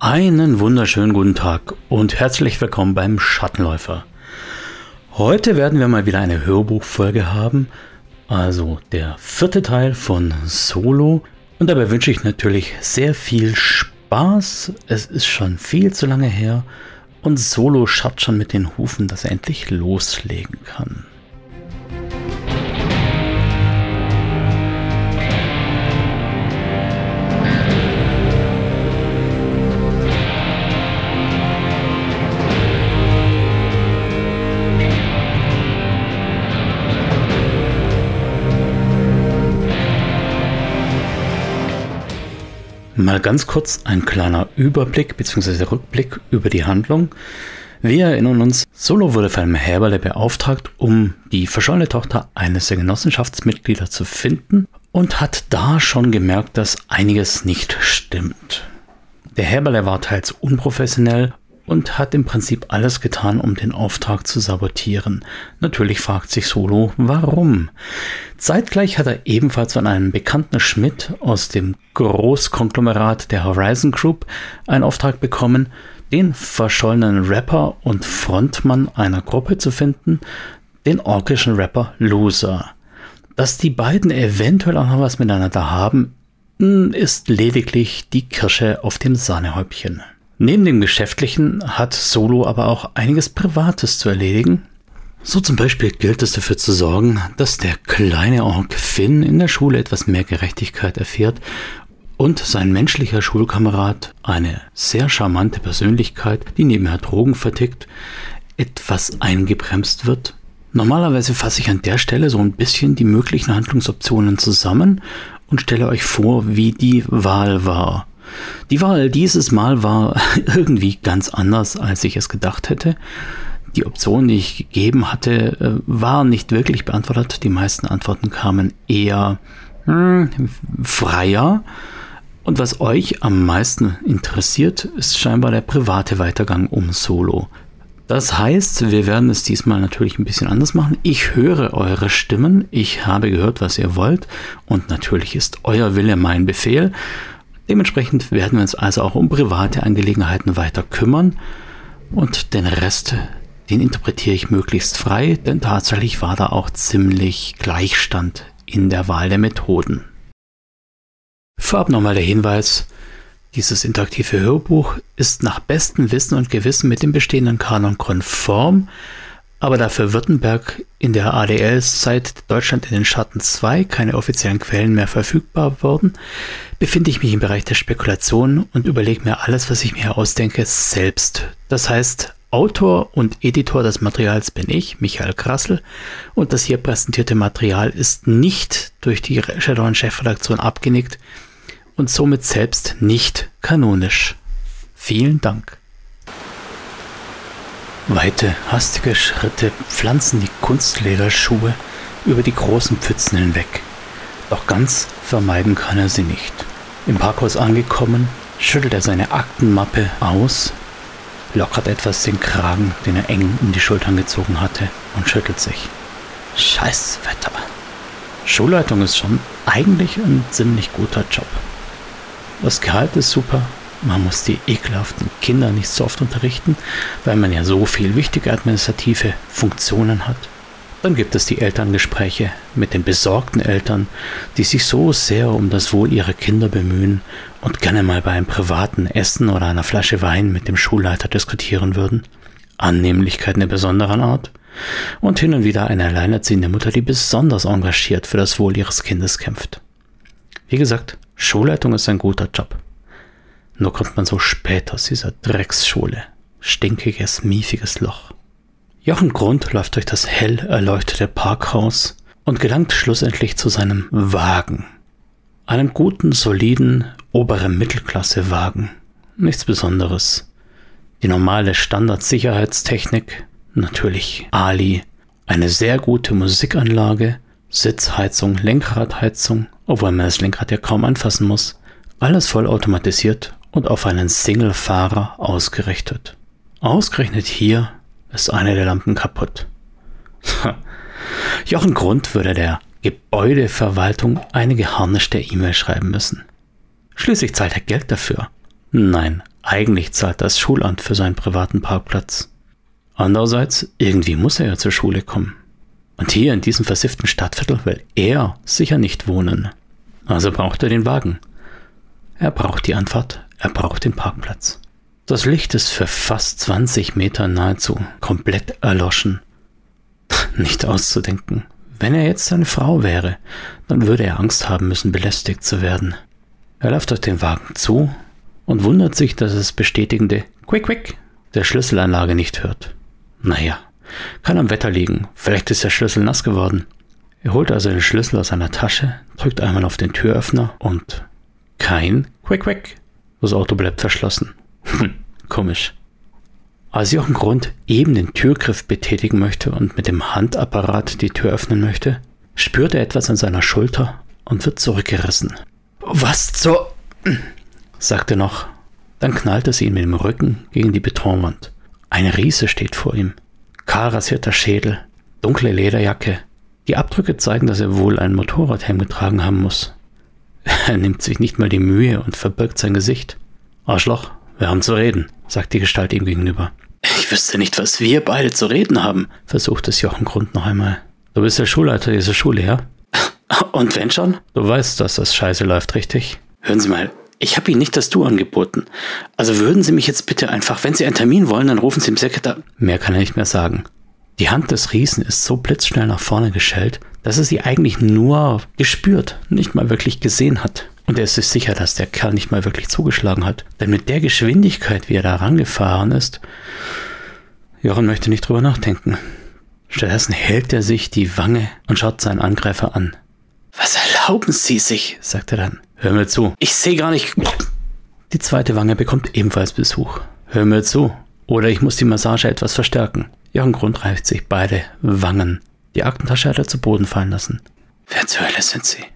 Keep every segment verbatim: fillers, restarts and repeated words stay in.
Einen wunderschönen guten Tag und herzlich willkommen beim Schattenläufer. Heute werden wir mal wieder eine Hörbuchfolge haben, also der vierte Teil von Solo. Und dabei wünsche ich natürlich sehr viel Spaß. Es ist schon viel zu lange her und Solo scharrt schon mit den Hufen, dass er endlich loslegen kann. Mal ganz kurz ein kleiner Überblick bzw. Rückblick über die Handlung. Wir erinnern uns, Solo wurde von einem Häberle beauftragt, um die verschollene Tochter eines der Genossenschaftsmitglieder zu finden und hat da schon gemerkt, dass einiges nicht stimmt. Der Häberle war teils unprofessionell und hat im Prinzip alles getan, um den Auftrag zu sabotieren. Natürlich fragt sich Solo, warum? Zeitgleich hat er ebenfalls von einem bekannten Schmidt aus dem Großkonglomerat der Horizon Group einen Auftrag bekommen, den verschollenen Rapper und Frontmann einer Gruppe zu finden, den orkischen Rapper Loser. Dass die beiden eventuell auch noch was miteinander haben, ist lediglich die Kirsche auf dem Sahnehäubchen. Neben dem Geschäftlichen hat Solo aber auch einiges Privates zu erledigen. So zum Beispiel gilt es dafür zu sorgen, dass der kleine Ork Finn in der Schule etwas mehr Gerechtigkeit erfährt und sein menschlicher Schulkamerad, eine sehr charmante Persönlichkeit, die nebenher Drogen vertickt, etwas eingebremst wird. Normalerweise fasse ich an der Stelle so ein bisschen die möglichen Handlungsoptionen zusammen und stelle euch vor, wie die Wahl war. Die Wahl dieses Mal war irgendwie ganz anders, als ich es gedacht hätte. Die Option, die ich gegeben hatte, war nicht wirklich beantwortet. Die meisten Antworten kamen eher hm, freier. Und was euch am meisten interessiert, ist scheinbar der private Weitergang um Solo. Das heißt, wir werden es diesmal natürlich ein bisschen anders machen. Ich höre eure Stimmen, ich habe gehört, was ihr wollt und natürlich ist euer Wille mein Befehl. Dementsprechend werden wir uns also auch um private Angelegenheiten weiter kümmern und den Rest, den interpretiere ich möglichst frei, denn tatsächlich war da auch ziemlich Gleichstand in der Wahl der Methoden. Vorab nochmal der Hinweis, dieses interaktive Hörbuch ist nach bestem Wissen und Gewissen mit dem bestehenden Kanon konform, aber da für Württemberg in der A D L seit Deutschland in den Schatten zwei keine offiziellen Quellen mehr verfügbar wurden, befinde ich mich im Bereich der Spekulation und überlege mir alles, was ich mir ausdenke, selbst. Das heißt, Autor und Editor des Materials bin ich, Michael Krassel, und das hier präsentierte Material ist nicht durch die Shadowrun-Chefredaktion abgenickt und somit selbst nicht kanonisch. Vielen Dank. Weite, hastige Schritte pflanzen die Kunstlederschuhe über die großen Pfützen hinweg. Doch ganz vermeiden kann er sie nicht. Im Parkhaus angekommen, schüttelt er seine Aktenmappe aus, lockert etwas den Kragen, den er eng um die Schultern gezogen hatte, und schüttelt sich. Scheiß Wetter. Schulleitung ist schon eigentlich ein ziemlich guter Job. Das Gehalt ist super. Man muss die ekelhaften Kinder nicht so oft unterrichten, weil man ja so viel wichtige administrative Funktionen hat. Dann gibt es die Elterngespräche mit den besorgten Eltern, die sich so sehr um das Wohl ihrer Kinder bemühen und gerne mal bei einem privaten Essen oder einer Flasche Wein mit dem Schulleiter diskutieren würden. Annehmlichkeiten der besonderen Art. Und hin und wieder eine alleinerziehende Mutter, die besonders engagiert für das Wohl ihres Kindes kämpft. Wie gesagt, Schulleitung ist ein guter Job. Nur kommt man so spät aus dieser Drecksschule. Stinkiges, miefiges Loch. Jochen Grund läuft durch das hell erleuchtete Parkhaus und gelangt schlussendlich zu seinem Wagen. Einem guten, soliden, obere Mittelklasse-Wagen. Nichts Besonderes. Die normale Standard-Sicherheitstechnik, natürlich Ali, eine sehr gute Musikanlage, Sitzheizung, Lenkradheizung, obwohl man das Lenkrad ja kaum anfassen muss. Alles voll automatisiert und auf einen Single-Fahrer ausgerichtet. Ausgerechnet hier ist eine der Lampen kaputt. Jochen Grund würde der Gebäudeverwaltung eine geharnischte E-Mail schreiben müssen. Schließlich zahlt er Geld dafür. Nein, Eigentlich zahlt das Schulamt für seinen privaten Parkplatz. Andererseits, irgendwie muss er ja zur Schule kommen. Und hier in diesem versifften Stadtviertel will er sicher nicht wohnen. Also braucht er den Wagen. Er braucht die Anfahrt, er braucht den Parkplatz. Das Licht ist für fast zwanzig Meter nahezu komplett erloschen. Nicht auszudenken. Wenn er jetzt seine Frau wäre, dann würde er Angst haben müssen, belästigt zu werden. Er läuft auf den Wagen zu und wundert sich, dass es bestätigende Quick Quick der Schlüsselanlage nicht hört. Naja, kann am Wetter liegen, vielleicht ist der Schlüssel nass geworden. Er holt also den Schlüssel aus seiner Tasche, drückt einmal auf den Türöffner und kein Quick Quick. Das Auto bleibt verschlossen. Hm, komisch. Als Jochen Grund eben den Türgriff betätigen möchte und mit dem Handapparat die Tür öffnen möchte, spürt er etwas an seiner Schulter und wird zurückgerissen. Was zur... sagt er noch. Dann knallt es ihn mit dem Rücken gegen die Betonwand. Ein Riese steht vor ihm. Kahl rasierter Schädel, dunkle Lederjacke. Die Abdrücke zeigen, dass er wohl einen Motorradhelm getragen haben muss. Er nimmt sich nicht mal die Mühe und verbirgt sein Gesicht. Arschloch, wir haben zu reden, sagt die Gestalt ihm gegenüber. Ich wüsste nicht, was wir beide zu reden haben, versucht es Jochen Grund noch einmal. Du bist der Schulleiter dieser Schule, ja? Und wenn schon? Du weißt, dass das scheiße läuft, richtig? Hören Sie mal, ich habe Ihnen nicht das Du angeboten. Also würden Sie mich jetzt bitte einfach, wenn Sie einen Termin wollen, dann rufen Sie im Sekretär... Mehr kann er nicht mehr sagen. Die Hand des Riesen ist so blitzschnell nach vorne geschellt, dass er sie eigentlich nur gespürt, nicht mal wirklich gesehen hat. Und er ist sich sicher, dass der Kerl nicht mal wirklich zugeschlagen hat. Denn mit der Geschwindigkeit, wie er da rangefahren ist, Jochen möchte nicht drüber nachdenken. Stattdessen hält er sich die Wange und schaut seinen Angreifer an. Was erlauben Sie sich? Sagt er dann. Hör mir zu. Ich sehe gar nicht... Die zweite Wange bekommt ebenfalls Besuch. Hör mir zu. Oder ich muss die Massage etwas verstärken. Jochen Grund reibt sich beide Wangen. Die Aktentasche hat er zu Boden fallen lassen. Wer zur Hölle sind Sie?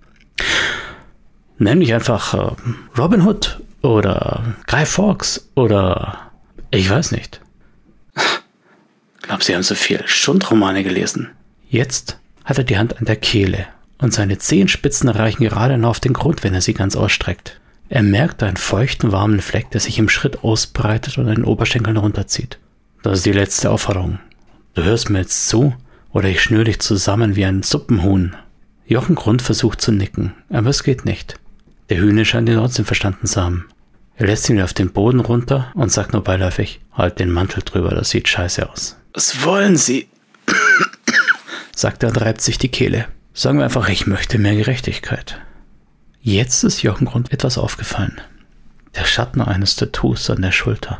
Nenn mich einfach äh, Robin Hood oder Guy Fawkes oder... Ich weiß nicht. Glaub, Sie haben so viel Schundromane gelesen. Jetzt hat er die Hand an der Kehle und seine Zehenspitzen reichen gerade noch auf den Grund, wenn er sie ganz ausstreckt. Er merkt einen feuchten, warmen Fleck, der sich im Schritt ausbreitet und an den Oberschenkeln runterzieht. Das ist die letzte Aufforderung. Du hörst mir jetzt zu, oder ich schnür dich zusammen wie ein Suppenhuhn. Jochen Grund versucht zu nicken, aber es geht nicht. Der Hühner scheint ihn trotzdem verstanden zu haben. Er lässt ihn auf den Boden runter und sagt nur beiläufig, halt den Mantel drüber, das sieht scheiße aus. Was wollen Sie? sagt er und reibt sich die Kehle. Sagen wir einfach, ich möchte mehr Gerechtigkeit. Jetzt ist Jochen Grund etwas aufgefallen. Der Schatten eines Tattoos an der Schulter.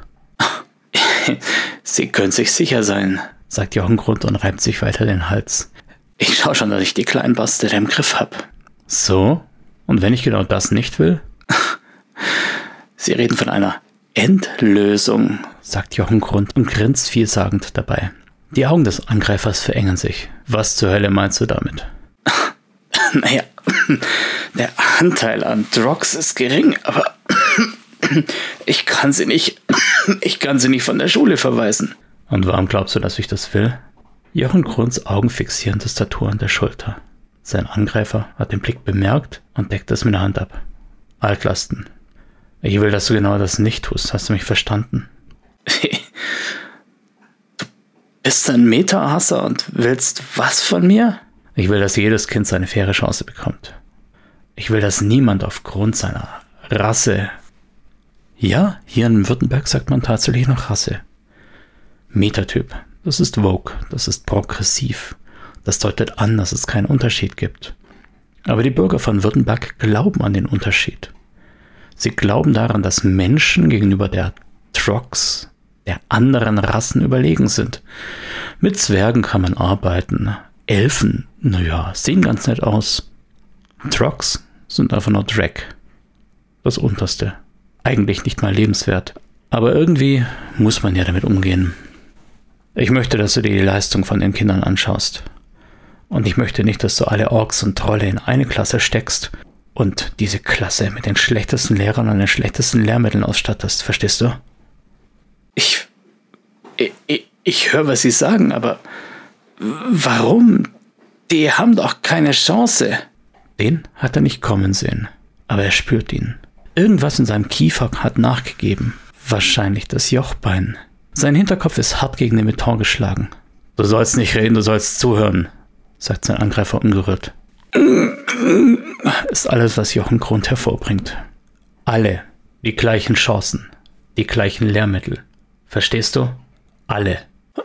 Sie können sich sicher sein, sagt Jochen Grund und reibt sich weiter den Hals. Ich schau schon, dass ich die kleinen Bastarde im Griff hab. So? Und wenn ich genau das nicht will? Sie reden von einer Endlösung, sagt Jochen Grund und grinst vielsagend dabei. Die Augen des Angreifers verengen sich. Was zur Hölle meinst du damit? Naja, der Anteil an Drogs ist gering, aber ich kann sie nicht, ich kann sie nicht von der Schule verweisen. Und warum glaubst du, dass ich das will? Jochen Grunds Augen fixieren das Tattoo an der Schulter. Sein Angreifer hat den Blick bemerkt und deckt es mit der Hand ab. Altlasten. Ich will, dass du genau das nicht tust. Hast du mich verstanden? Du bist ein Meta-Hasser und willst was von mir? Ich will, dass jedes Kind seine faire Chance bekommt. Ich will, dass niemand aufgrund seiner Rasse... Ja, hier in Württemberg sagt man tatsächlich noch Rasse. Metatyp. Das ist Vogue. Das ist progressiv. Das deutet an, dass es keinen Unterschied gibt. Aber die Bürger von Württemberg glauben an den Unterschied. Sie glauben daran, dass Menschen gegenüber der Trogs, der anderen Rassen überlegen sind. Mit Zwergen kann man arbeiten. Elfen, naja, sehen ganz nett aus. Trogs sind einfach nur Dreck. Das Unterste. Eigentlich nicht mal lebenswert. Aber irgendwie muss man ja damit umgehen. Ich möchte, dass du dir die Leistung von den Kindern anschaust. Und ich möchte nicht, dass du alle Orks und Trolle in eine Klasse steckst und diese Klasse mit den schlechtesten Lehrern und den schlechtesten Lehrmitteln ausstattest. Verstehst du? Ich... Ich, ich höre, was sie sagen, aber... Warum? Die haben doch keine Chance. Den hat er nicht kommen sehen, aber er spürt ihn. Irgendwas in seinem Kiefer hat nachgegeben Wahrscheinlich das Jochbein. Sein Hinterkopf ist hart gegen den Beton geschlagen. Du sollst nicht reden, du sollst zuhören, sagt sein Angreifer ungerührt. Ist alles, was Jochen Grund hervorbringt. Alle die gleichen Chancen, die gleichen Lehrmittel. Verstehst du? Alle.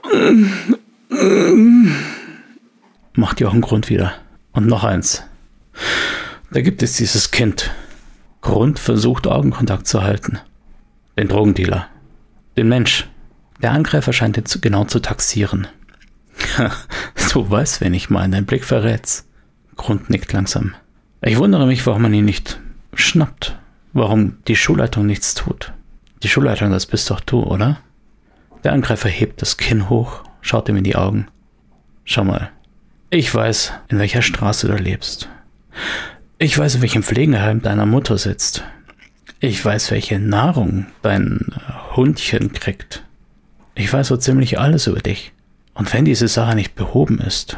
Macht Jochen Grund wieder. Und noch eins. Da gibt es dieses Kind. Grund versucht Augenkontakt zu halten. Den Drogendealer. Den Mensch. Der Angreifer scheint ihn zu, genau zu taxieren. Du weißt, wen ich meine, dein Blick verrät's. Grund nickt langsam. Ich wundere mich, warum man ihn nicht schnappt. Warum die Schulleitung nichts tut. Die Schulleitung, das bist doch du, oder? Der Angreifer hebt das Kinn hoch, schaut ihm in die Augen. Schau mal. Ich weiß, in welcher Straße du lebst. Ich weiß, in welchem Pflegeheim deiner Mutter sitzt. Ich weiß, welche Nahrung dein Hundchen kriegt. Ich weiß so ziemlich alles über dich. Und wenn diese Sache nicht behoben ist,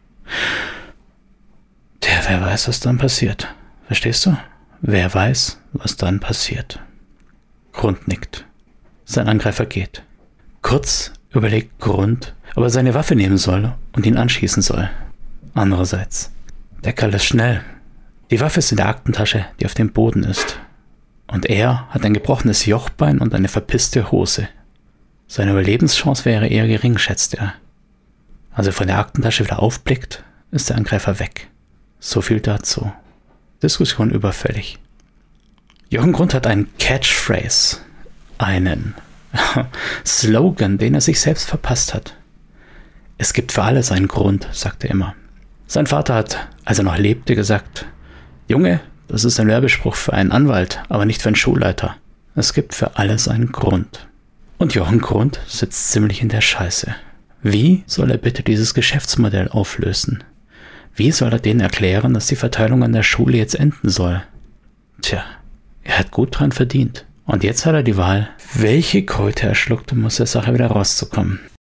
der, wer weiß, was dann passiert. Verstehst du? Wer weiß, was dann passiert. Grund nickt. Sein Angreifer geht. Kurz überlegt Grund, ob er seine Waffe nehmen soll und ihn anschießen soll. Andererseits, der Kerl ist schnell. Die Waffe ist in der Aktentasche, die auf dem Boden ist. Und er hat ein gebrochenes Jochbein und eine verpisste Hose. Seine Überlebenschance wäre eher gering, schätzt er. Als er von der Aktentasche wieder aufblickt, ist der Angreifer weg. So viel dazu. Diskussion überfällig. Jochen Grund hat einen Catchphrase, einen Slogan, den er sich selbst verpasst hat. Es gibt für alles einen Grund, sagt er immer. Sein Vater hat, als er noch lebte, gesagt, Junge, das ist ein Werbespruch für einen Anwalt, aber nicht für einen Schulleiter. Es gibt für alles einen Grund. Und Jochen Grund sitzt ziemlich in der Scheiße. Wie soll er bitte dieses Geschäftsmodell auflösen? Wie soll er denen erklären, dass die Verteilung an der Schule jetzt enden soll? Tja, er hat gut dran verdient. Und jetzt hat er die Wahl, welche Keute er schluckt, um aus der Sache wieder rauszukommen.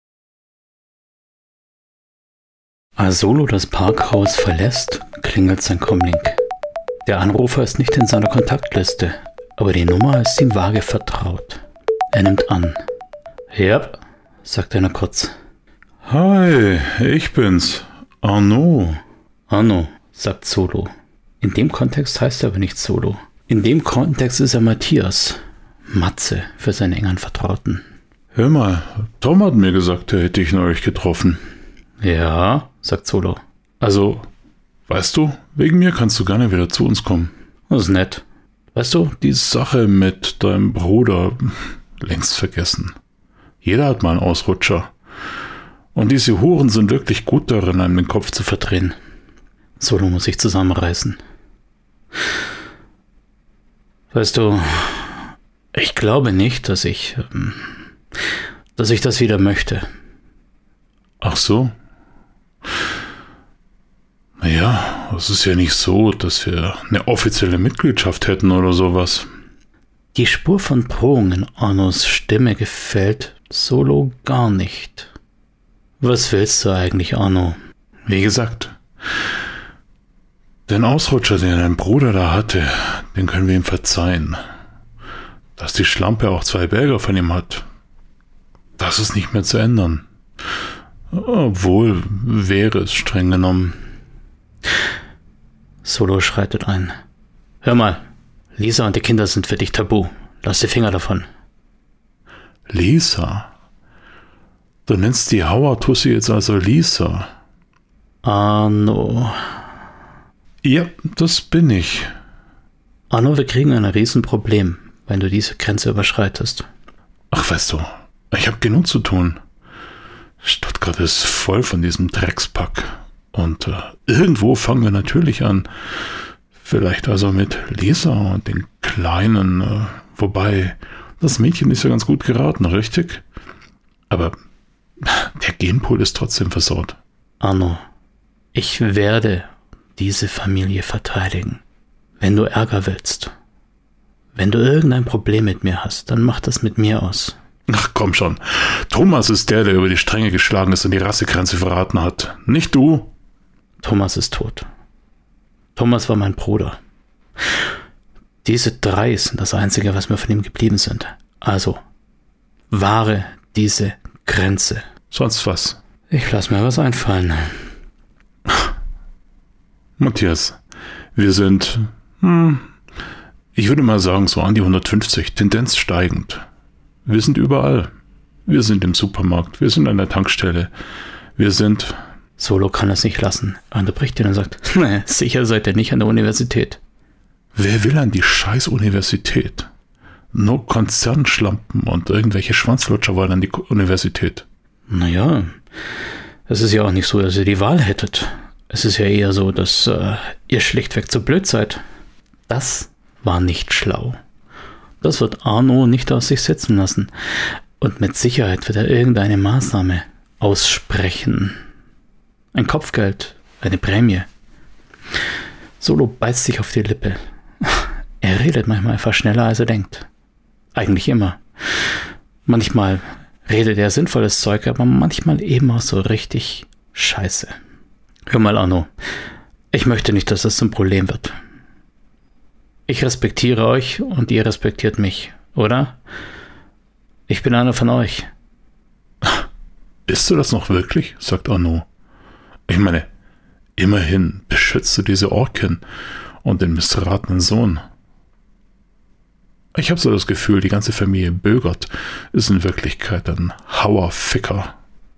Als Solo das Parkhaus verlässt, klingelt sein Comlink. Der Anrufer ist nicht in seiner Kontaktliste, aber die Nummer ist ihm vage vertraut. Er nimmt an. Ja, sagt er nur kurz. Hi, ich bin's. Arno. Arno, sagt Solo. In dem Kontext heißt er aber nicht Solo. In dem Kontext ist er Matthias. Matze für seine engen Vertrauten. Hör mal, Tom hat mir gesagt, er hätte dich neulich getroffen. Ja, sagt Solo. Also, weißt du, wegen mir kannst du gerne wieder zu uns kommen. Das ist nett. Weißt du, die Sache mit deinem Bruder, längst vergessen. Jeder hat mal einen Ausrutscher. Und diese Huren sind wirklich gut darin, einem den Kopf zu verdrehen. Solo muss sich zusammenreißen. Weißt du, ich glaube nicht, dass ich, dass ich das wieder möchte. Ach so? Naja, es ist ja nicht so, dass wir eine offizielle Mitgliedschaft hätten oder sowas. Die Spur von Drohung in Arnos Stimme gefällt Solo gar nicht. Was willst du eigentlich, Arno? Wie gesagt, den Ausrutscher, den dein Bruder da hatte, den können wir ihm verzeihen. Dass die Schlampe auch zwei Berger von ihm hat, das ist nicht mehr zu ändern. Obwohl, wäre es streng genommen. Solo schreitet ein. Hör mal, Lisa und die Kinder sind für dich tabu. Lass die Finger davon. Lisa? Du nennst die Hauer-Tussi jetzt also Lisa? Arno. Ja, das bin ich. Arno, wir kriegen ein Riesenproblem, wenn du diese Grenze überschreitest. Ach, weißt du, ich habe genug zu tun. Stuttgart ist voll von diesem Dreckspack. Und äh, irgendwo fangen wir natürlich an. Vielleicht also mit Lisa und den Kleinen. Äh, wobei, das Mädchen ist ja ganz gut geraten, richtig? Aber der Genpool ist trotzdem versaut. Arno, ich werde diese Familie verteidigen. Wenn du Ärger willst, wenn du irgendein Problem mit mir hast, dann mach das mit mir aus. Ach komm schon, Thomas ist der, der über die Stränge geschlagen ist und die Rassegrenze verraten hat. Nicht du. Thomas ist tot. Thomas war mein Bruder. Diese drei sind das Einzige, was mir von ihm geblieben sind. Also, wahre diese Grenze. Sonst was? Ich lass mir was einfallen. Matthias, wir sind, hm, ich würde mal sagen, so an die hundertfünfzig, Tendenz steigend. Wir sind überall. Wir sind im Supermarkt, wir sind an der Tankstelle, wir sind... Solo kann es nicht lassen. Er unterbricht ihn und sagt, nee, sicher seid ihr nicht an der Universität. Wer will an die scheiß Universität? Nur Konzernschlampen und irgendwelche Schwanzlutscher wollen an die Universität. Naja, es ist ja auch nicht so, dass ihr die Wahl hättet. Es ist ja eher so, dass äh, ihr schlichtweg zu blöd seid. Das war nicht schlau. Das wird Arno nicht aus sich setzen lassen. Und mit Sicherheit wird er irgendeine Maßnahme aussprechen. Ein Kopfgeld, eine Prämie. Solo beißt sich auf die Lippe. Er redet manchmal einfach schneller, als er denkt. Eigentlich immer. Manchmal redet er sinnvolles Zeug, aber manchmal eben auch so richtig Scheiße. Hör mal, Arno. Ich möchte nicht, dass das zum Problem wird. Ich respektiere euch und ihr respektiert mich, oder? Ich bin einer von euch. Bist du das noch wirklich? Sagt Arno. Ich meine, immerhin beschützt du diese Orkin und den missratenen Sohn. Ich habe so das Gefühl, die ganze Familie Bögert ist in Wirklichkeit ein Hauerficker.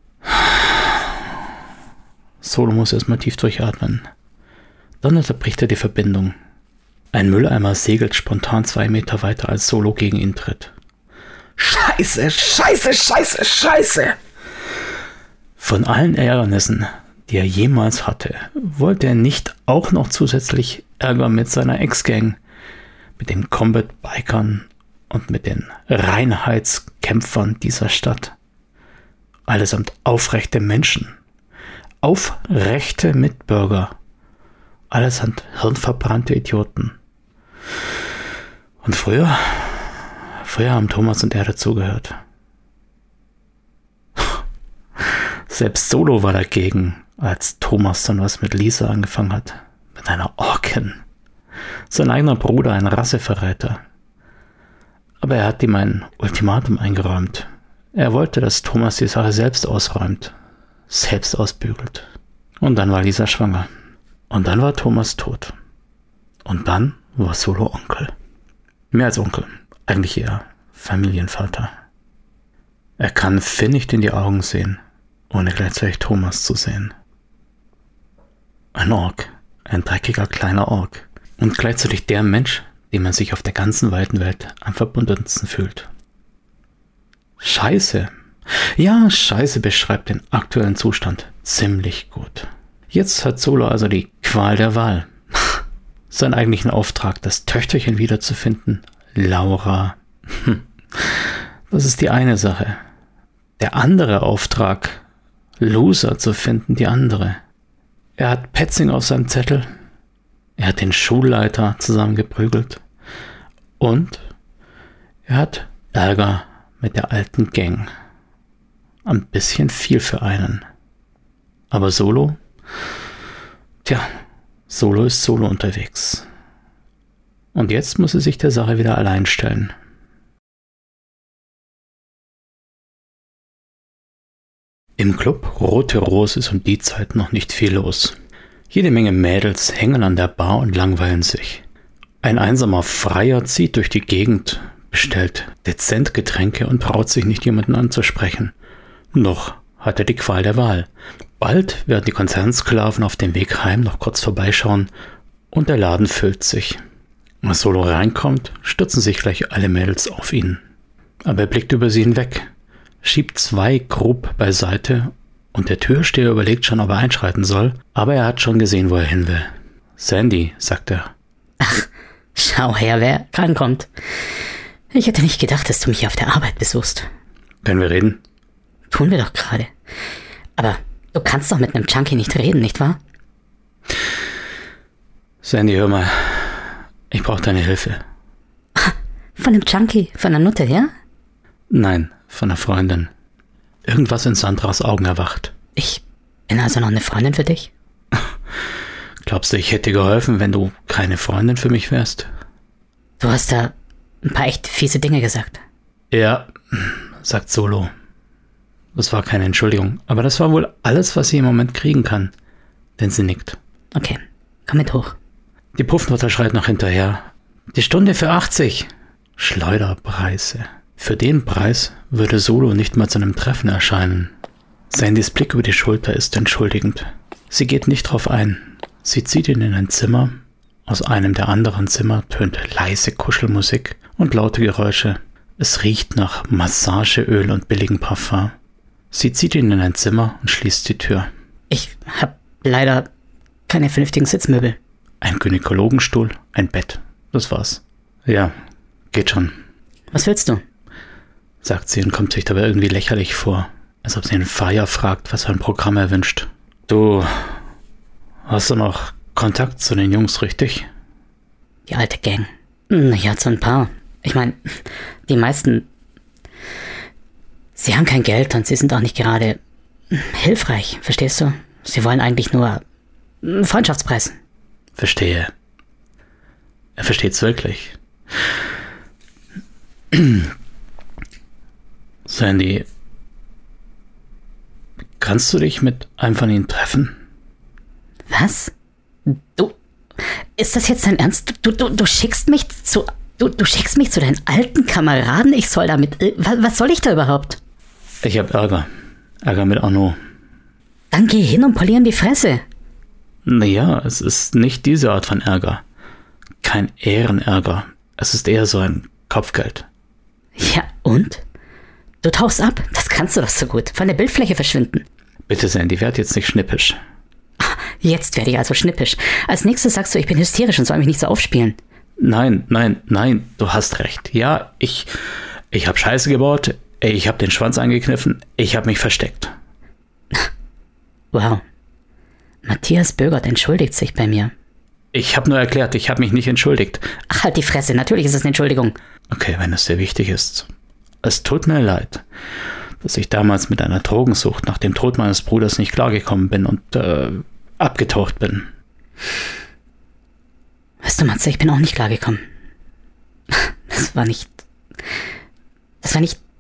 Solo muss erstmal tief durchatmen. Dann unterbricht er die Verbindung. Ein Mülleimer segelt spontan zwei Meter weiter, als Solo gegen ihn tritt. Scheiße, scheiße, scheiße, scheiße! Von allen Ärgernissen, die er jemals hatte, wollte er nicht auch noch zusätzlich Ärger mit seiner Ex-Gang, mit den Combat-Bikern und mit den Reinheitskämpfern dieser Stadt. Allesamt aufrechte Menschen, aufrechte Mitbürger, allesamt hirnverbrannte Idioten. Und früher, früher haben Thomas und er dazugehört. Selbst Solo war dagegen, als Thomas dann was mit Lisa angefangen hat. Mit einer Orkin. Sein eigener Bruder, ein Rasseverräter. Aber er hat ihm ein Ultimatum eingeräumt. Er wollte, dass Thomas die Sache selbst ausräumt. Selbst ausbügelt. Und dann war Lisa schwanger. Und dann war Thomas tot. Und dann war Solo Onkel. Mehr als Onkel. Eigentlich eher Familienvater. Er kann Finn nicht in die Augen sehen, ohne gleichzeitig Thomas zu sehen. Ein Ork. Ein dreckiger kleiner Ork. Und gleichzeitig der Mensch, dem man sich auf der ganzen weiten Welt am verbundensten fühlt. Scheiße. Ja, Scheiße beschreibt den aktuellen Zustand ziemlich gut. Jetzt hat Solo also die Qual der Wahl. Seinen eigentlichen Auftrag, das Töchterchen wiederzufinden. Laura. Das ist die eine Sache. Der andere Auftrag, Loser zu finden, die andere. Er hat Petzing auf seinem Zettel. Er hat den Schulleiter zusammengeprügelt. Und er hat Ärger mit der alten Gang. Ein bisschen viel für einen. Aber Solo? Tja, Solo ist Solo unterwegs. Und jetzt muss er sich der Sache wieder allein stellen. Im Club Rote Rose ist um die Zeit noch nicht viel los. Jede Menge Mädels hängen an der Bar und langweilen sich. Ein einsamer Freier zieht durch die Gegend, bestellt dezent Getränke und traut sich nicht, jemanden anzusprechen. Noch hat er die Qual der Wahl. Bald werden die Konzernsklaven auf dem Weg heim noch kurz vorbeischauen und der Laden füllt sich. Als Solo reinkommt, stürzen sich gleich alle Mädels auf ihn. Aber er blickt über sie hinweg, schiebt zwei grob beiseite und der Türsteher überlegt schon, ob er einschreiten soll, aber er hat schon gesehen, wo er hin will. Sandy, sagt er. Ach, schau her, wer rankommt. Ich hätte nicht gedacht, dass du mich auf der Arbeit besuchst. Können wir reden? Tun wir doch gerade. Aber du kannst doch mit einem Junkie nicht reden, nicht wahr? Sandy, hör mal. Ich brauche deine Hilfe. Von einem Junkie? Von einer Nutte, ja? Nein, von einer Freundin. Irgendwas in Sandras Augen erwacht. Ich bin also noch eine Freundin für dich? Glaubst du, ich hätte dir geholfen, wenn du keine Freundin für mich wärst? Du hast da ein paar echt fiese Dinge gesagt. Ja, sagt Solo. Das war keine Entschuldigung, aber das war wohl alles, was sie im Moment kriegen kann. Denn sie nickt. Okay, komm mit hoch. Die Puffmutter schreit noch hinterher. Die Stunde für achtzig. Schleuderpreise. Für den Preis würde Solo nicht mal zu einem Treffen erscheinen. Sandys Blick über die Schulter ist entschuldigend. Sie geht nicht drauf ein. Sie zieht ihn in ein Zimmer. Aus einem der anderen Zimmer tönt leise Kuschelmusik und laute Geräusche. Es riecht nach Massageöl und billigem Parfum. Sie zieht ihn in ein Zimmer und schließt die Tür. Ich hab leider keine vernünftigen Sitzmöbel. Ein Gynäkologenstuhl, ein Bett. Das war's. Ja, geht schon, Was willst du? sagt sie und kommt sich dabei irgendwie lächerlich vor, als ob sie einen Feier fragt, was für ein Programm er wünscht. Du hast doch noch Kontakt zu den Jungs, richtig? Die alte Gang. Naja, so ein paar. Ich meine, die meisten, sie haben kein Geld und sie sind auch nicht gerade hilfreich, verstehst du? Sie wollen eigentlich nur einen Freundschaftspreis. Verstehe. Er versteht's wirklich. Sandy, kannst du dich mit einem von ihnen treffen? Was? Du, ist das jetzt dein Ernst? Du, du, du schickst mich zu, du, du schickst mich zu deinen alten Kameraden? Ich soll damit, was, was soll ich da überhaupt? Ich hab Ärger. Ärger mit Arno. Dann geh hin und polieren die Fresse. Naja, es ist nicht diese Art von Ärger. Kein Ehrenärger. Es ist eher so ein Kopfgeld. Ja, und? Du tauchst ab. Das kannst du doch so gut. Von der Bildfläche verschwinden. Bitte, Sandy, werd jetzt nicht schnippisch. Jetzt werde ich also schnippisch. Als nächstes sagst du, ich bin hysterisch und soll mich nicht so aufspielen. Nein, nein, nein, du hast recht. Ja, ich, ich hab Scheiße gebaut, ich hab den Schwanz angekniffen, ich hab mich versteckt. Wow. Matthias Bögert entschuldigt sich bei mir. Ich hab nur erklärt, ich hab mich nicht entschuldigt. Ach, halt die Fresse. Natürlich ist es eine Entschuldigung. Okay, wenn es dir wichtig ist. Es tut mir leid, dass ich damals mit einer Drogensucht nach dem Tod meines Bruders nicht klargekommen bin und äh, abgetaucht bin. Weißt du, Matze, ich bin auch nicht klargekommen. Das war nicht... Das war nicht...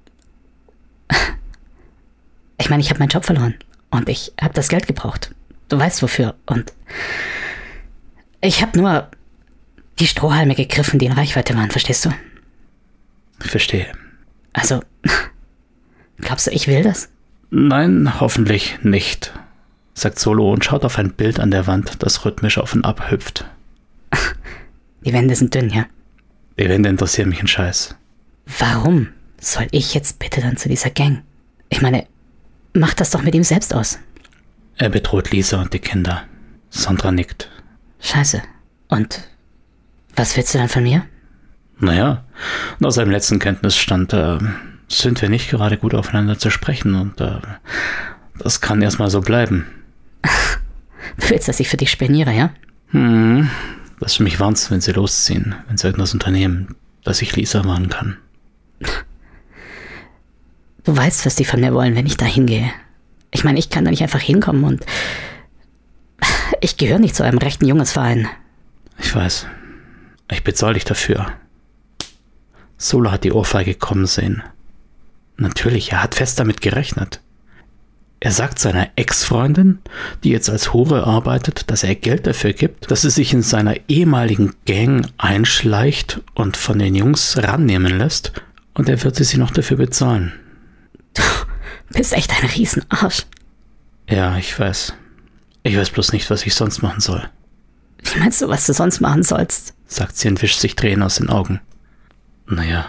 Ich meine, ich habe meinen Job verloren. Und ich habe das Geld gebraucht. Du weißt wofür. Und ich habe nur die Strohhalme gegriffen, die in Reichweite waren, verstehst du? Ich verstehe. Also, glaubst du, ich will das? Nein, hoffentlich nicht, sagt Solo und schaut auf ein Bild an der Wand, das rhythmisch auf und ab hüpft. Die Wände sind dünn, ja? Die Wände interessieren mich einen Scheiß. Warum soll ich jetzt bitte dann zu dieser Gang? Ich meine, mach das doch mit ihm selbst aus. Er bedroht Lisa und die Kinder. Sandra nickt. Scheiße. Und was willst du dann von mir? Naja, nach seinem letzten Kenntnisstand äh, sind wir nicht gerade gut aufeinander zu sprechen und äh, das kann erstmal so bleiben. Du willst, dass ich für dich spioniere, ja? Hm, dass du mich warnst, wenn sie losziehen, wenn sie irgendwas unternehmen, dass ich Lisa warnen kann. Du weißt, was die von mir wollen, wenn ich da hingehe. Ich meine, ich kann da nicht einfach hinkommen und ich gehöre nicht zu einem rechten Jungsverein. Ich weiß. Ich bezahle dich dafür. Solo hat die Ohrfeige kommen sehen. Natürlich, er hat fest damit gerechnet. Er sagt seiner Ex-Freundin, die jetzt als Hure arbeitet, dass er Geld dafür gibt, dass sie sich in seiner ehemaligen Gang einschleicht und von den Jungs rannehmen lässt, und er wird sie noch dafür bezahlen. Du bist echt ein Riesenarsch. Ja, ich weiß. Ich weiß bloß nicht, was ich sonst machen soll. Wie meinst du, was du sonst machen sollst? Sagt sie und wischt sich Tränen aus den Augen. Naja.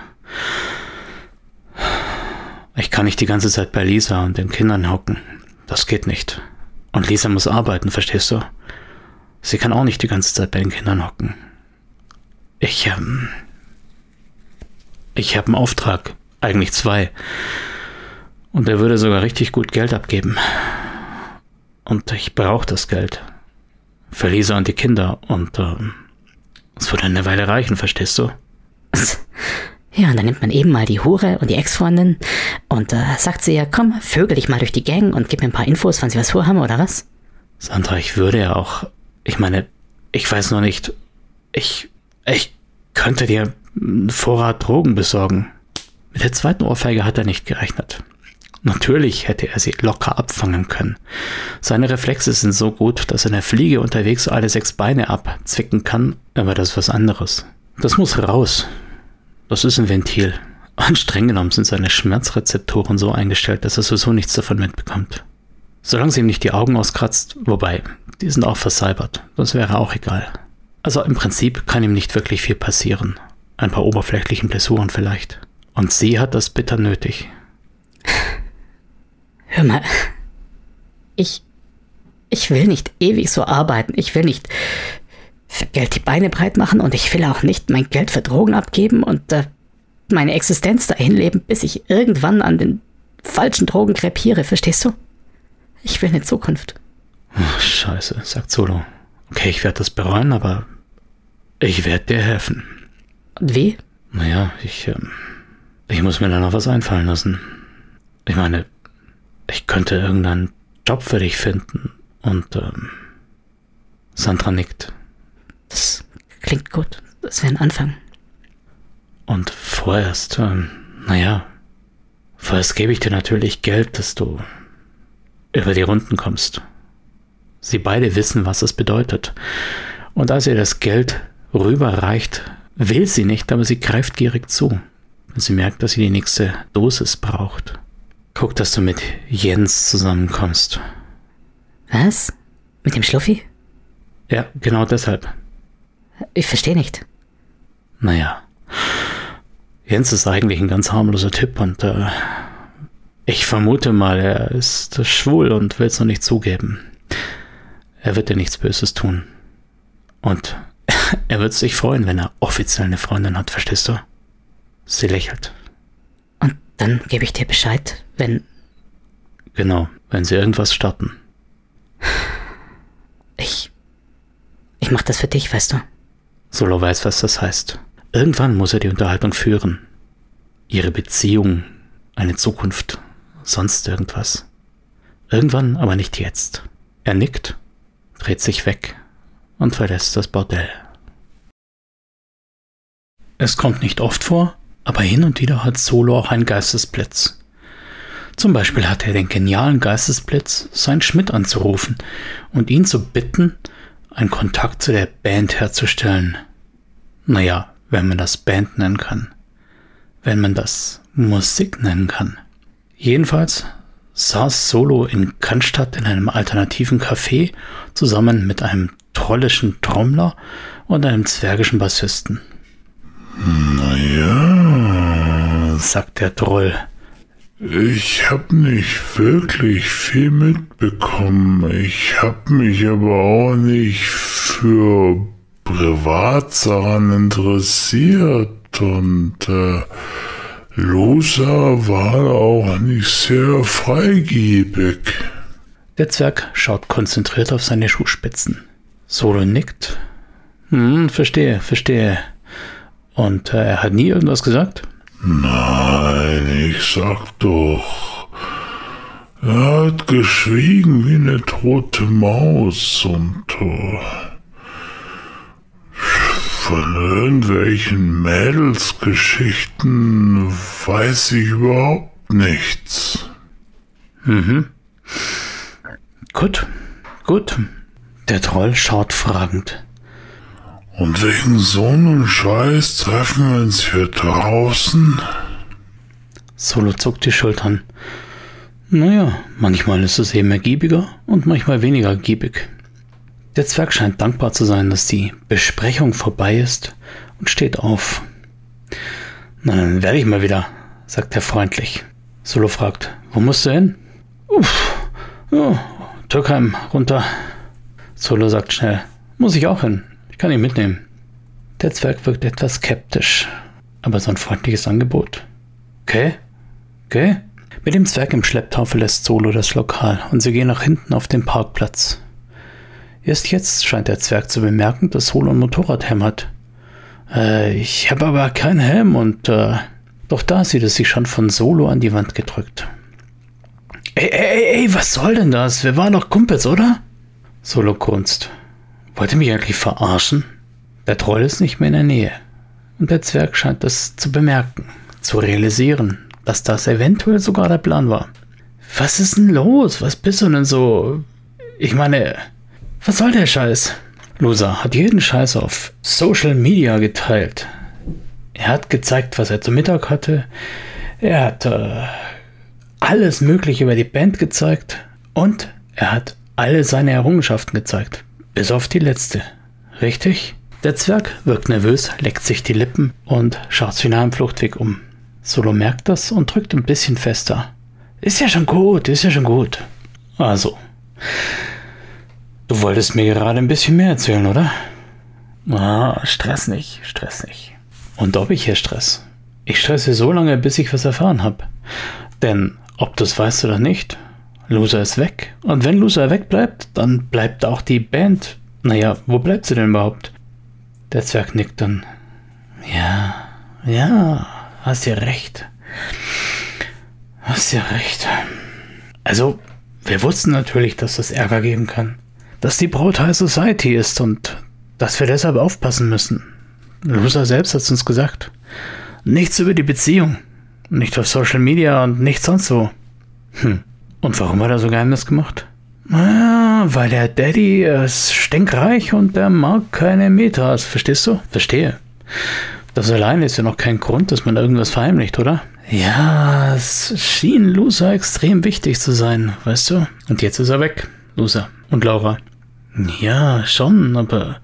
Ich kann nicht die ganze Zeit bei Lisa und den Kindern hocken. Das geht nicht. Und Lisa muss arbeiten, verstehst du? Sie kann auch nicht die ganze Zeit bei den Kindern hocken. Ich, ähm... Ich habe einen Auftrag. Eigentlich zwei. Und er würde sogar richtig gut Geld abgeben. Und ich brauche das Geld. Für Lisa und die Kinder. Und ähm, es würde eine Weile reichen, verstehst du? Ja, und dann nimmt man eben mal die Hure und die Ex-Freundin und äh, sagt sie ja, komm, vögel dich mal durch die Gang und gib mir ein paar Infos, wann sie was vorhaben, oder was? Sandra, ich würde ja auch... Ich meine, ich weiß noch nicht... Ich... Ich könnte dir einen Vorrat Drogen besorgen. Mit der zweiten Ohrfeige hat er nicht gerechnet. Natürlich hätte er sie locker abfangen können. Seine Reflexe sind so gut, dass er eine Fliege unterwegs alle sechs Beine abzwicken kann, aber das ist was anderes. Das muss raus. Das ist ein Ventil. Und streng genommen sind seine Schmerzrezeptoren so eingestellt, dass er sowieso nichts davon mitbekommt. Solange sie ihm nicht die Augen auskratzt, wobei, die sind auch versalbert, das wäre auch egal. Also im Prinzip kann ihm nicht wirklich viel passieren. Ein paar oberflächlichen Blessuren vielleicht. Und sie hat das bitter nötig. Hör mal, ich, ich will nicht ewig so arbeiten. Ich will nicht für Geld die Beine breit machen und ich will auch nicht mein Geld für Drogen abgeben und äh, meine Existenz dahin leben, bis ich irgendwann an den falschen Drogen krepiere, verstehst du? Ich will eine Zukunft. Oh, Scheiße, sagt Solo. Okay, ich werde das bereuen, aber ich werde dir helfen. Und wie? Naja, ich, ähm, ich muss mir da noch was einfallen lassen. Ich meine, ich könnte irgendeinen Job für dich finden und, ähm, Sandra nickt. Das klingt gut. Das wäre ein Anfang. Und vorerst, ähm, naja, vorerst gebe ich dir natürlich Geld, dass du über die Runden kommst. Sie beide wissen, was es bedeutet. Und als ihr das Geld rüberreicht, will sie nicht, aber sie greift gierig zu. Sie merkt, dass sie die nächste Dosis braucht. Guck, dass du mit Jens zusammenkommst. Was? Mit dem Schluffi? Ja, genau deshalb. Ich verstehe nicht. Naja, Jens ist eigentlich ein ganz harmloser Typ und äh, ich vermute mal, er ist schwul und will es noch nicht zugeben. Er wird dir nichts Böses tun. Und er wird sich freuen, wenn er offiziell eine Freundin hat, verstehst du? Sie lächelt. Und dann gebe ich dir Bescheid, wenn... Genau, wenn sie irgendwas starten. Ich... Ich mach das für dich, weißt du? Solo weiß, was das heißt. Irgendwann muss er die Unterhaltung führen. Ihre Beziehung, eine Zukunft, sonst irgendwas. Irgendwann, aber nicht jetzt. Er nickt, dreht sich weg und verlässt das Bordell. Es kommt nicht oft vor, aber hin und wieder hat Solo auch einen Geistesblitz. Zum Beispiel hat er den genialen Geistesblitz, seinen Schmidt anzurufen und ihn zu bitten, einen Kontakt zu der Band herzustellen. Naja, wenn man das Band nennen kann. Wenn man das Musik nennen kann. Jedenfalls saß Solo in Cannstatt in einem alternativen Café zusammen mit einem trollischen Trommler und einem zwergischen Bassisten. Naja, sagt der Troll. Ich hab nicht wirklich viel mitbekommen. Ich hab mich aber auch nicht für Privatsachen interessiert und äh, Loser war auch nicht sehr freigebig. Der Zwerg schaut konzentriert auf seine Schuhspitzen. Solo nickt. Hm, verstehe, verstehe. Und äh, er hat nie irgendwas gesagt? Nein, ich sag doch. Er hat geschwiegen wie eine tote Maus und uh, von irgendwelchen Mädelsgeschichten weiß ich überhaupt nichts. Mhm. Gut, gut. Der Troll schaut fragend. Und wegen so einem Scheiß treffen wir uns hier draußen? Solo zuckt die Schultern. Naja, manchmal ist es eben ergiebiger und manchmal weniger ergiebig. Der Zwerg scheint dankbar zu sein, dass die Besprechung vorbei ist und steht auf. Na, dann werde ich mal wieder, sagt er freundlich. Solo fragt, wo musst du hin? Uff, ja, Türkheim runter. Solo sagt schnell, muss ich auch hin. Ich kann ihn mitnehmen. Der Zwerg wirkt etwas skeptisch, aber so ein freundliches Angebot. Okay, okay. Mit dem Zwerg im Schlepptau verlässt Solo das Lokal und sie gehen nach hinten auf den Parkplatz. Erst jetzt scheint der Zwerg zu bemerken, dass Solo ein Motorradhelm hat. Äh, ich habe aber keinen Helm und äh, doch da sieht es sich schon von Solo an die Wand gedrückt. Ey, ey, ey, was soll denn das? Wir waren doch Kumpels, oder? Solo grunzt. Wollt ihr mich eigentlich verarschen? Der Troll ist nicht mehr in der Nähe. Und der Zwerg scheint das zu bemerken. zu realisieren, dass das eventuell sogar der Plan war. Was ist denn los? Was bist du denn so? Ich meine, was soll der Scheiß? Loser hat jeden Scheiß auf Social Media geteilt. Er hat gezeigt, was er zu Mittag hatte. Er hat äh, alles Mögliche über die Band gezeigt. Und er hat alle seine Errungenschaften gezeigt. Bis auf die letzte. Richtig? Der Zwerg wirkt nervös, leckt sich die Lippen und schaut sich nach dem Fluchtweg um. Solo merkt das und drückt ein bisschen fester. Ist ja schon gut, ist ja schon gut. Also, du wolltest mir gerade ein bisschen mehr erzählen, oder? Ah, Stress nicht, Stress nicht. Und ob ich hier Stress? Ich stresse so lange, bis ich was erfahren habe. Denn, ob du es weißt oder nicht, Loser ist weg. Und wenn Loser wegbleibt, dann bleibt auch die Band. Naja, wo bleibt sie denn überhaupt? Der Zwerg nickt dann. Ja, ja, hast ja recht. Hast ja recht. Also, wir wussten natürlich, dass es Ärger geben kann. Dass die Braut High Society ist und dass wir deshalb aufpassen müssen. Loser selbst hat es uns gesagt. Nichts über die Beziehung. Nicht auf Social Media und nichts sonst so. Hm. Und warum hat er so Geheimnis gemacht? Ah, weil der Daddy ist stinkreich und der mag keine Metas. Verstehst du? Verstehe. Das alleine ist ja noch kein Grund, dass man irgendwas verheimlicht, oder? Ja, es schien Loser extrem wichtig zu sein, weißt du? Und jetzt ist er weg, Loser. Und Laura. Ja, schon, aber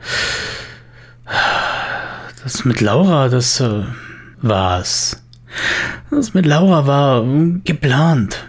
das mit Laura, das äh, war's. Das mit Laura war geplant.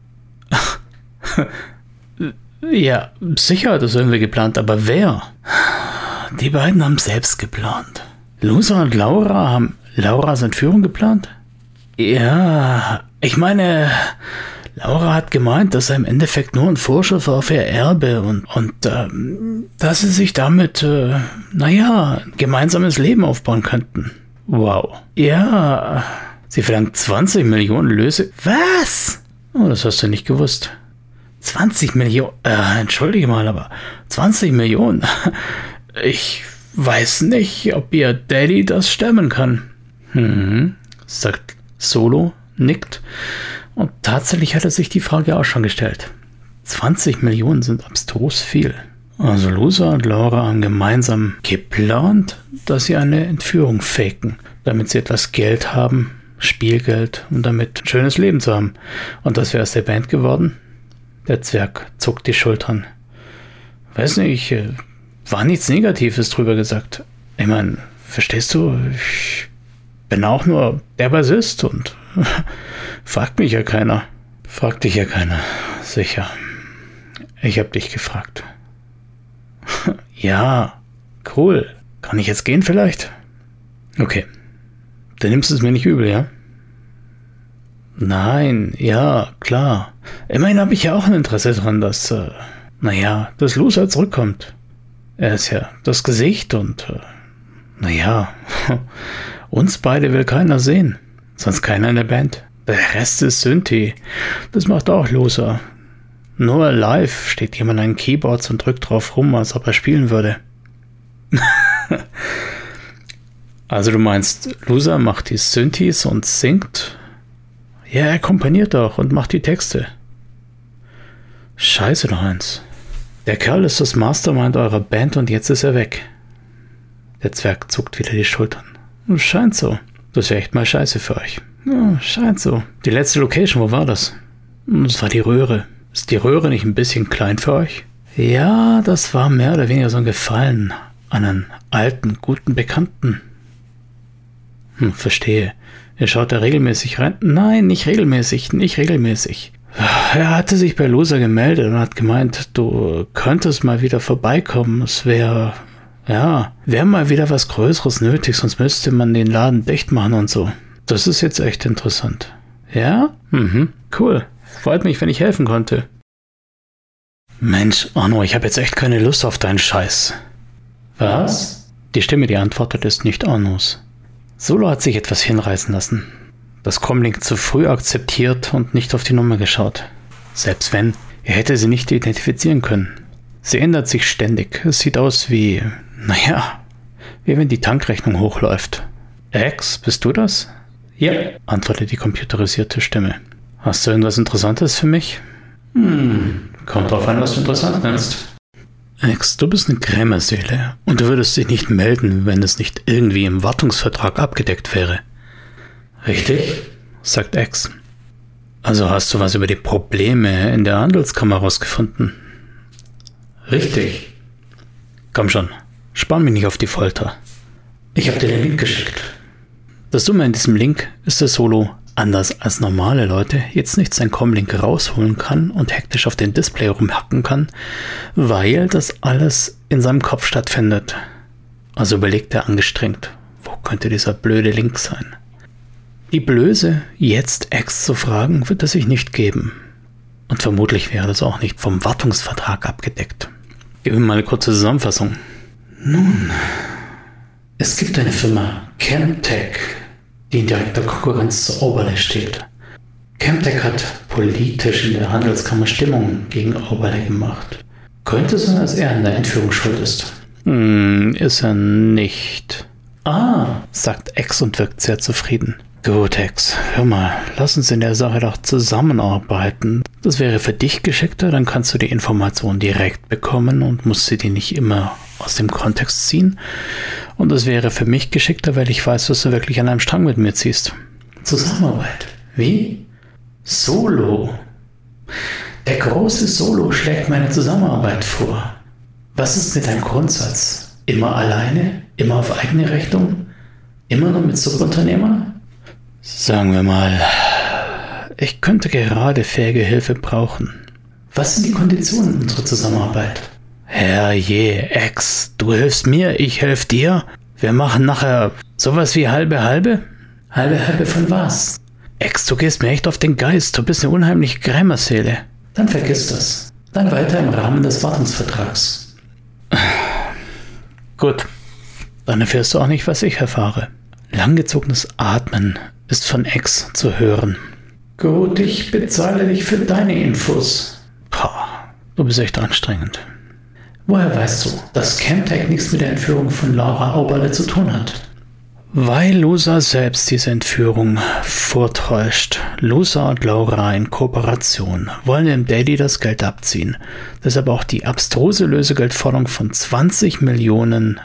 Ja, sicher hat das irgendwie geplant, aber wer? Die beiden haben selbst geplant. Loser und Laura haben Lauras Entführung geplant? Ja, ich meine, Laura hat gemeint, dass er im Endeffekt nur ein Vorschuss war auf ihr Erbe und, und ähm, dass sie sich damit, äh, naja, ein gemeinsames Leben aufbauen könnten. Wow. Ja, sie verlangt zwanzig Millionen Löse. Was? Oh, das hast du nicht gewusst. zwanzig Millionen, äh, entschuldige mal, aber zwanzig Millionen. Ich weiß nicht, ob ihr Daddy das stemmen kann. Hm, sagt Solo, nickt. Und tatsächlich hat er sich die Frage auch schon gestellt. zwanzig Millionen sind abstrus viel. Also Loser und Laura haben gemeinsam geplant, dass sie eine Entführung faken, damit sie etwas Geld haben, Spielgeld, um damit ein schönes Leben zu haben. Und das wäre aus der Band geworden? Der Zwerg zuckt die Schultern. Weiß nicht, war nichts Negatives drüber gesagt. Ich meine, verstehst du, ich bin auch nur der Bassist und fragt mich ja keiner. Fragt dich ja keiner, sicher. Ich hab dich gefragt. Ja, cool. Kann ich jetzt gehen vielleicht? Okay. Dann nimmst du es mir nicht übel, ja? Nein, ja, klar. Immerhin habe ich ja auch ein Interesse daran, dass, äh, naja, dass Loser zurückkommt. Er ist ja das Gesicht und, äh, naja, uns beide will keiner sehen. Sonst keiner in der Band. Der Rest ist Synthi. Das macht auch Loser. Nur live steht jemand an den Keyboards und drückt drauf rum, als ob er spielen würde. Also du meinst, Loser macht die Synthis und singt? Ja, er komponiert auch und macht die Texte. Scheiße doch eins. Der Kerl ist das Mastermind eurer Band und jetzt ist er weg. Der Zwerg zuckt wieder die Schultern. Scheint so. Das ist ja echt mal scheiße für euch. Ja, scheint so. Die letzte Location, wo war das? Das war die Röhre. Ist die Röhre nicht ein bisschen klein für euch? Ja, das war mehr oder weniger so ein Gefallen an einen alten, guten Bekannten. Hm, verstehe. Ihr schaut da regelmäßig rein? Nein, nicht regelmäßig, nicht regelmäßig. Er hatte sich bei Loser gemeldet und hat gemeint, du könntest mal wieder vorbeikommen. Es wäre, ja, wäre mal wieder was Größeres nötig, sonst müsste man den Laden dicht machen und so. Das ist jetzt echt interessant. Ja? Mhm, cool. Freut mich, wenn ich helfen konnte. Mensch, Arno, ich habe jetzt echt keine Lust auf deinen Scheiß. Was? Die Stimme, die antwortet, ist nicht Arnos. Solo hat sich etwas hinreißen lassen. Das Comlink zu früh akzeptiert und nicht auf die Nummer geschaut. Selbst wenn, er hätte sie nicht identifizieren können. Sie ändert sich ständig. Es sieht aus wie, naja, wie wenn die Tankrechnung hochläuft. Ex, bist du das? Ja, antwortet die computerisierte Stimme. Hast du irgendwas Interessantes für mich? Hm, kommt drauf an, was du interessant nennst. X, du bist eine Krämerseele und du würdest dich nicht melden, wenn es nicht irgendwie im Wartungsvertrag abgedeckt wäre. Richtig? Sagt X. Also hast du was über die Probleme in der Handelskammer rausgefunden? Richtig. Komm schon, spann mich nicht auf die Folter. Ich habe dir den Link geschickt. Das Dumme in diesem Link ist, dass Solo, anders als normale Leute, jetzt nicht seinen Comlink rausholen kann und hektisch auf den Display rumhacken kann, weil das alles in seinem Kopf stattfindet. Also überlegt er angestrengt, wo könnte dieser blöde Link sein? Die Blöße, jetzt X zu fragen, wird es sich nicht geben. Und vermutlich wäre das auch nicht vom Wartungsvertrag abgedeckt. Gib mir mal eine kurze Zusammenfassung. Nun, es gibt eine Firma, Chemtech, die in direkter Konkurrenz zur Oberle steht. Chemtech hat politisch in der Handelskammer Stimmung gegen Oberle gemacht. Könnte sein, dass er an der Entführung schuld ist. Hm, ist er nicht. Ah, sagt X und wirkt sehr zufrieden. Gut, X, hör mal, lass uns in der Sache doch zusammenarbeiten. Das wäre für dich geschickter, dann kannst du die Information direkt bekommen und musst sie dir nicht immer aus dem Kontext ziehen. Und das wäre für mich geschickter, weil ich weiß, dass du wirklich an einem Strang mit mir ziehst. Zusammenarbeit? Wie? Solo. Der große Solo schlägt meine Zusammenarbeit vor. Was ist mit deinem Grundsatz? Immer alleine? Immer auf eigene Rechnung? Immer nur mit Subunternehmern? Sagen wir mal, ich könnte gerade fähige Hilfe brauchen. Was sind die Konditionen unserer Zusammenarbeit? Herrje, Ex, du hilfst mir, ich helfe dir. Wir machen nachher sowas wie halbe halbe? Halbe halbe von was? Ex, du gehst mir echt auf den Geist, du bist eine unheimliche Krämerseele. Dann vergiss das. Dann weiter im Rahmen des Wartungsvertrags. Gut, dann erfährst du auch nicht, was ich erfahre. Langgezogenes Atmen ist von X zu hören. Gut, ich bezahle dich für deine Infos. Pah, du bist echt anstrengend. Woher weißt du, dass Chemtech nichts mit der Entführung von Laura Oberle zu tun hat? Weil Lusa selbst diese Entführung vortäuscht. Lusa und Laura in Kooperation wollen dem Daddy das Geld abziehen. Deshalb auch die abstruse Lösegeldforderung von zwanzig Millionen.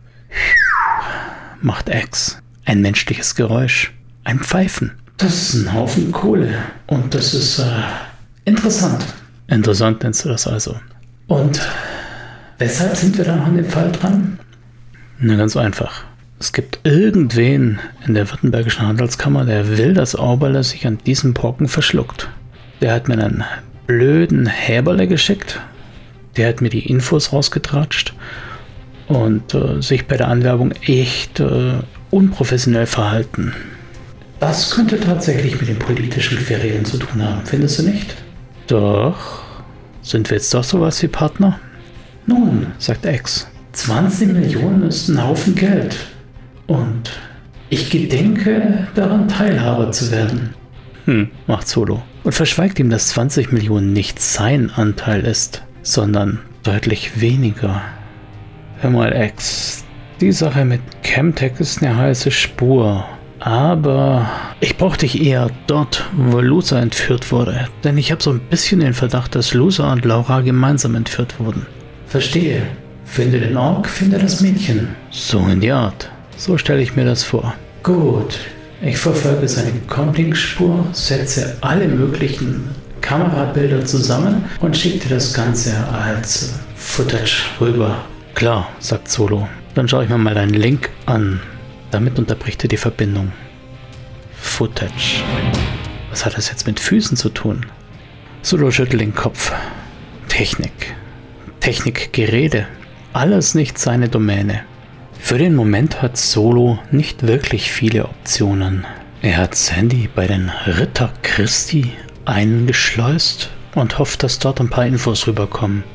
Macht X. Ein menschliches Geräusch. Ein Pfeifen. Das ist ein Haufen Kohle. Und das ist äh, interessant. Interessant nennst du das also. Und weshalb sind wir dann an dem Fall dran? Na, ganz einfach. Es gibt irgendwen in der württembergischen Handelskammer, der will, dass Oberle sich an diesem Brocken verschluckt. Der hat mir einen blöden Häberle geschickt. Der hat mir die Infos rausgetratscht und äh, sich bei der Anwerbung echt äh, unprofessionell verhalten. Das könnte tatsächlich mit den politischen Querelen zu tun haben, findest du nicht? Doch. Sind wir jetzt doch sowas wie Partner? Nun, sagt X, zwanzig Millionen ist ein Haufen Geld. Und ich gedenke, daran Teilhaber zu werden. Hm, macht Solo. Und verschweigt ihm, dass zwanzig Millionen nicht sein Anteil ist, sondern deutlich weniger. Hör mal, X, die Sache mit Chemtech ist eine heiße Spur. Aber ich brauche dich eher dort, wo Lusa entführt wurde. Denn ich habe so ein bisschen den Verdacht, dass Lusa und Laura gemeinsam entführt wurden. Verstehe. Finde den Ork, finde das Mädchen. So in die Art. So stelle ich mir das vor. Gut. Ich verfolge seine Comlink-Spur, setze alle möglichen Kamerabilder zusammen und schicke dir das Ganze als Footage rüber. Klar, sagt Solo. Dann schaue ich mir mal deinen Link an. Damit unterbricht er die Verbindung. Footage. Was hat das jetzt mit Füßen zu tun? Solo schüttelt den Kopf. Technik. Technikgerede. Alles nicht seine Domäne. Für den Moment hat Solo nicht wirklich viele Optionen. Er hat Sandy bei den Ritter Christi eingeschleust und hofft, dass dort ein paar Infos rüberkommen.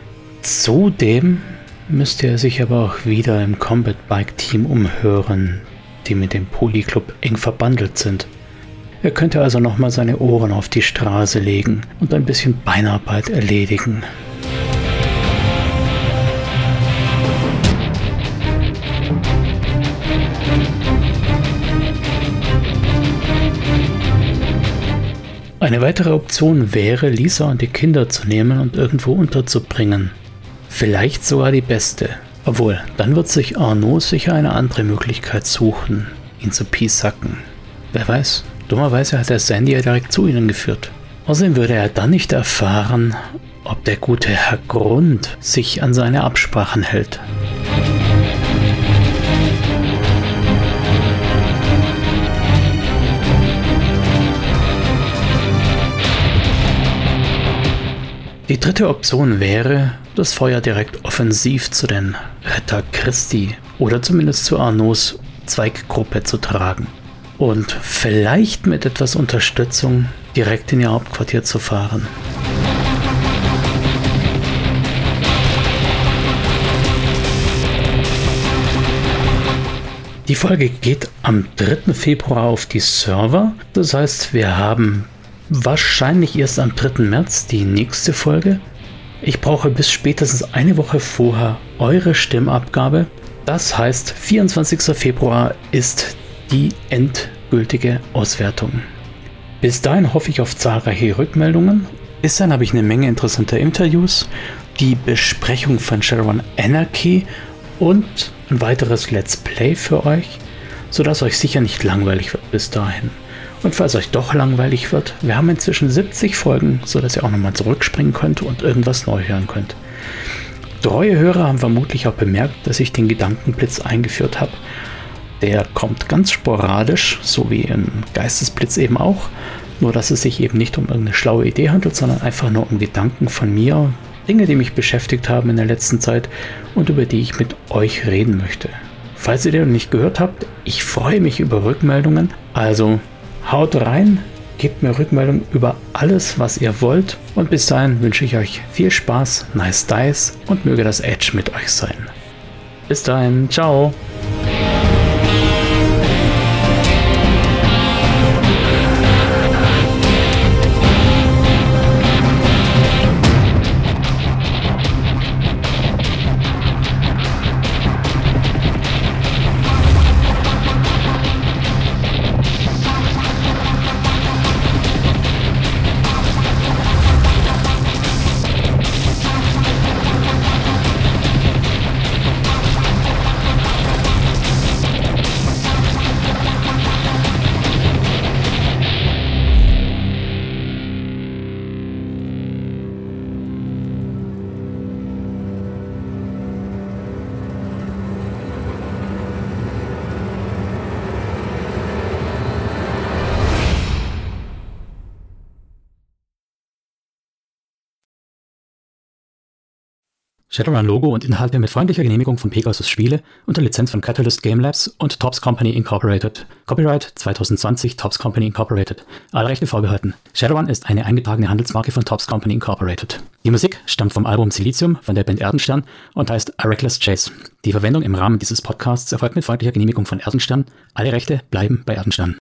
Zudem müsste er sich aber auch wieder im Combat Bike Team umhören, die mit dem Polyclub eng verbandelt sind. Er könnte also nochmal seine Ohren auf die Straße legen und ein bisschen Beinarbeit erledigen. Eine weitere Option wäre, Lisa und die Kinder zu nehmen und irgendwo unterzubringen. Vielleicht sogar die beste. Obwohl, dann wird sich Arnaud sicher eine andere Möglichkeit suchen, ihn zu piesacken. Wer weiß, dummerweise hat er Sandy ja direkt zu ihnen geführt. Außerdem würde er dann nicht erfahren, ob der gute Herr Grund sich an seine Absprachen hält. Die dritte Option wäre, das Feuer direkt offensiv zu den Retter Christi oder zumindest zu Arnauds Zweiggruppe zu tragen und vielleicht mit etwas Unterstützung direkt in ihr Hauptquartier zu fahren. Die Folge geht am dritten Februar auf die Server, das heißt, wir haben wahrscheinlich erst am dritten März die nächste Folge. Ich brauche bis spätestens eine Woche vorher eure Stimmabgabe. Das heißt, vierundzwanzigster Februar ist die endgültige Auswertung. Bis dahin hoffe ich auf zahlreiche Rückmeldungen. Bis dahin habe ich eine Menge interessanter Interviews, die Besprechung von Shadowrun Anarchy und ein weiteres Let's Play für euch, sodass euch sicher nicht langweilig wird bis dahin. Und falls euch doch langweilig wird, wir haben inzwischen siebzig Folgen, sodass ihr auch nochmal zurückspringen könnt und irgendwas neu hören könnt. Treue Hörer haben vermutlich auch bemerkt, dass ich den Gedankenblitz eingeführt habe. Der kommt ganz sporadisch, so wie im Geistesblitz eben auch, nur dass es sich eben nicht um irgendeine schlaue Idee handelt, sondern einfach nur um Gedanken von mir, Dinge, die mich beschäftigt haben in der letzten Zeit und über die ich mit euch reden möchte. Falls ihr den noch nicht gehört habt, ich freue mich über Rückmeldungen, also haut rein, gebt mir Rückmeldung über alles, was ihr wollt. Und bis dahin wünsche ich euch viel Spaß, nice dice und möge das Edge mit euch sein. Bis dahin, ciao! Shadowrun-Logo und Inhalte mit freundlicher Genehmigung von Pegasus Spiele unter Lizenz von Catalyst Game Labs und Topps Company Incorporated. Copyright zwanzig zwanzig Topps Company Incorporated. Alle Rechte vorbehalten. Shadowrun ist eine eingetragene Handelsmarke von Topps Company Incorporated. Die Musik stammt vom Album Silizium von der Band Erdenstern und heißt A Reckless Chase. Die Verwendung im Rahmen dieses Podcasts erfolgt mit freundlicher Genehmigung von Erdenstern. Alle Rechte bleiben bei Erdenstern.